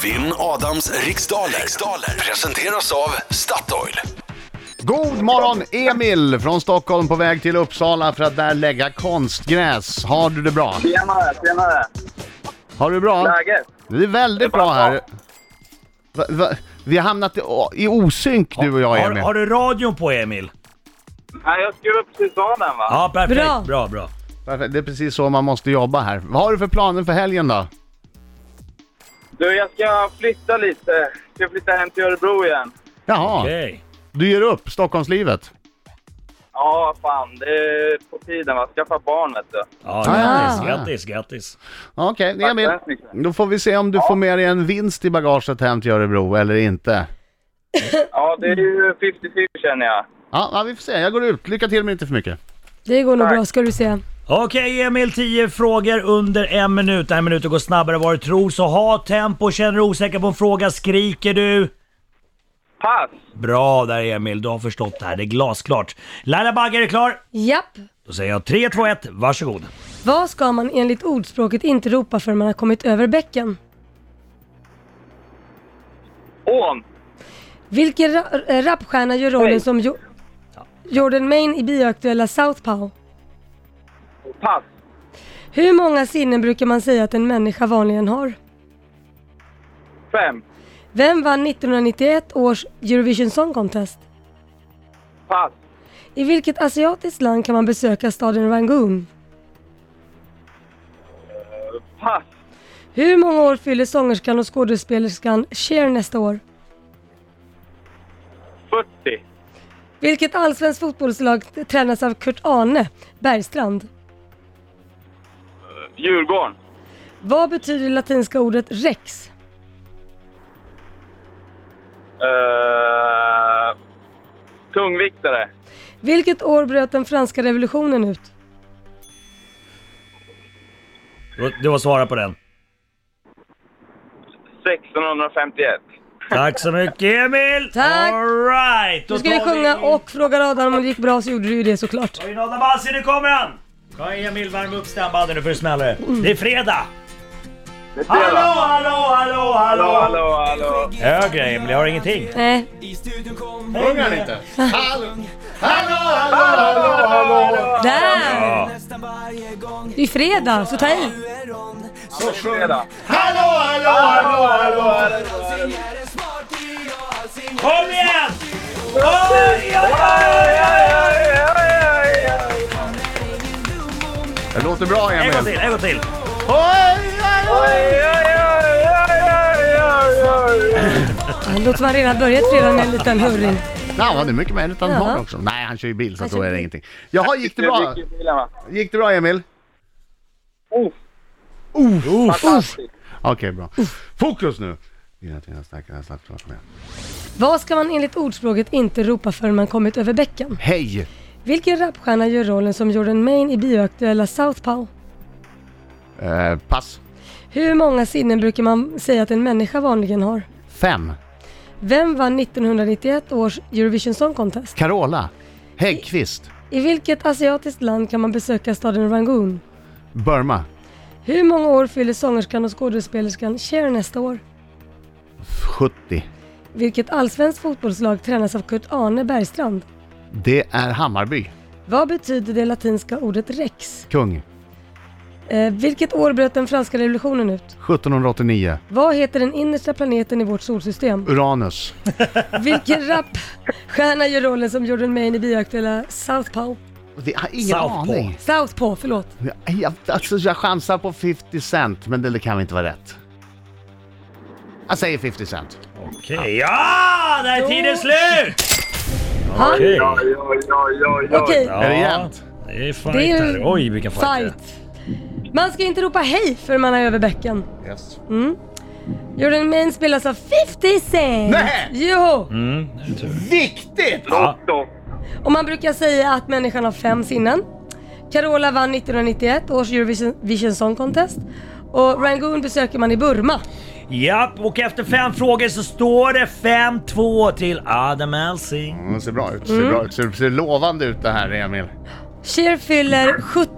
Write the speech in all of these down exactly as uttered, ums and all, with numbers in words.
Vinn Adams riksdaler. riksdaler presenteras av Statoil. God morgon, Emil från Stockholm på väg till Uppsala för att där lägga konstgräs. Har du det bra? Tjenare, tjenare. Har du det bra? Läget? Det är väldigt bra här. Va, va, vi har hamnat i, i osynk, du och jag, Har, Emil. har du radion på, Emil? Nej, jag skrev precis av den, va? Ja, perfekt. Bra. Bra, bra. Perfekt. Det är precis så man måste jobba här. Vad har du för planer för helgen då? Du, jag ska flytta lite. Jag ska flytta hem till Örebro igen. Jaha, Okej. du ger upp Stockholmslivet. Ja, fan. Det är på tiden, va? Skaffa barn, vet du. Ja, Ah. grattis, grattis, grattis. Okej, Tack Emil. så hemskt mycket. Då får vi se om du får med dig en vinst i bagaget hem till Örebro eller inte. Ja, det är ju femtio femtio, känner jag. Ja, ja, vi får se. Jag går ut. Lycka till, men inte för mycket. Det går nog Tack. bra, ska du se. Okej, Emil, tio frågor under en minut. En minut går snabbare vad du tror. Så ha tempo, känner du osäker på en fråga, skriker du. Pass! Bra där, Emil, du har förstått det här. Det är glasklart. Laila Bagge, är du klar? Japp. Då säger jag tre, två, ett, varsågod. Vad ska man enligt ordspråket inte ropa förrän man har kommit över bäcken? Ån! Vilken ra- äh, rapstjärna gör rollen Hej. som jo- Jordan Main i bioaktuella Southpaw? Pass! Hur många sinnen brukar man säga att en människa vanligen har? Fem! Vem vann nittonhundranittioett års Eurovision Song Contest? Pass! I vilket asiatiskt land kan man besöka staden Rangoon? Pass! Hur många år fyller sångerskan och skådespelerskan Cher nästa år? fyrtio! Vilket allsvenskt fotbollslag tränas av Kurt Arne Bergstrand? Djurgården! Vad betyder det latinska ordet rex? Uh, tungviktare! Vilket år bröt den franska revolutionen ut? Du har svarat på den. sextonhundrafemtioett! Tack så mycket, Emil! Tack. All right. Du skulle sjunga och fråga Adam om det gick bra, så gjorde du ju det såklart. Oj, Adam Bassi, nu kommer han! Kom Emil, värm upp stämbanden nu för det smäller. Det är fredag! Det är Hallå, fredag. hallå, hallå, Hallå, hallå! hallå, hallå! Högre, Emil, jag har ingenting. Nej, Sjunger han inte? Hallå, hallå, hallå, hallå. där! Ja. Det är fredag, så ta i. Fredag! Hallå, hallå, hallå, hallå. Kom igen! Oj, oj, oj, Det låter bra, En gång Emil. till, en gång till. Det låter som han redan börjat fredag med en liten hurring. Ja, det är mycket möjligt att han Ja. har också. Nej, han kör ju bil, så Han att då kör är det bil. ingenting. Jaha, gick det bra? Gick det bra, Emil? Oh, Uh, fantastiskt! Okej, bra. Fokus nu. Dina tina starka slappar med. Vad ska man enligt ordspråket inte ropa förrän man kommit över bäcken? Hej! Vilken rapstjärna gör rollen som Jordan Main i bioaktuella Southpaw? Eh, pass. Hur många sinnen brukar man säga att en människa vanligen har? Fem. Vem vann nittonhundranittioett års Eurovision Song Contest? Carola. Häggkvist. I vilket asiatiskt land kan man besöka staden Rangoon? Burma. Hur många år fyller sångerskan och skådespelerskan Cher nästa år? sjuttio. Vilket allsvenskt fotbollslag tränas av Kurt Arne Bergstrand? Det är Hammarby. Vad betyder det latinska ordet rex? Kung. Eh, vilket år bröt den franska revolutionen ut? sjuttonhundraåttionio. Vad heter den innersta planeten i vårt solsystem? Uranus. Vilken rapstjärna gör rollen som Jordan Main i bioaktuella Southpaw? Vi har ingen Southpaw. aning. Southpaw, förlåt. Jag, jag, alltså, jag chansar på femtio cent, men det kan inte vara rätt. Jag säger femtio cent. Okej, ja! Där är tiden slut! Han, Okej. Oj, oj, oj, oj, oj. okej, Ja, Är det jämnt? Det är fight det är här. ju Oj, vilken fight. fight. Man ska inte ropa hej för man är över bäcken. Yes. Mm. Jordan Main spelas av femtio cent. Nej! Jo! Mm, det är tur. Viktigt! Ja. Då. Och man brukar säga att människan har fem sinnen. Carola vann nittonhundranittioett års Eurovision Song Contest. Och Rangoon besöker man i Burma. Japp, och efter fem frågor så står det fem två till Adam Alsing. Mm, det ser bra ut. Ser, bra ut. Ser, ser lovande ut det här, Emil. Cher fyller sjuttio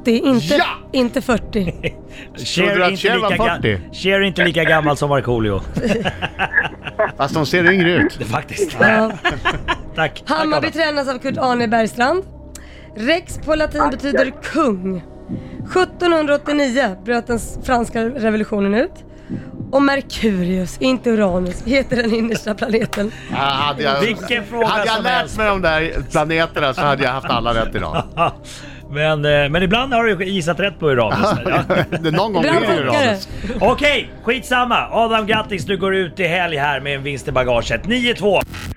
åttio, inte, Ja! inte fyrtio. Trodde du Cher att inte, Cher var lika fyrtio? ga- Cher är inte lika gammal som Markoolio. Fast de ser yngre ut. Det faktiskt. Ja. Tack. Hammarby Tack, tränas av Kurt Arne Bergstrand. Rex på latin betyder kung. sjuttonhundraåttionio bröt den franska revolutionen ut. Och Merkurius, inte Uranus, heter den innersta planeten. Ja, hade jag, Vilken fråga hade jag som lärt helst. mig de där planeterna så hade jag haft alla rätt idag. Men, eh, men ibland har du gissat rätt på Uranus. Ja. Det någon gång blir Ibland det funkar det. Uranus. Okej, skitsamma. Adam, grattis. Du går ut i helg här med en vinst i bagaget. nio två.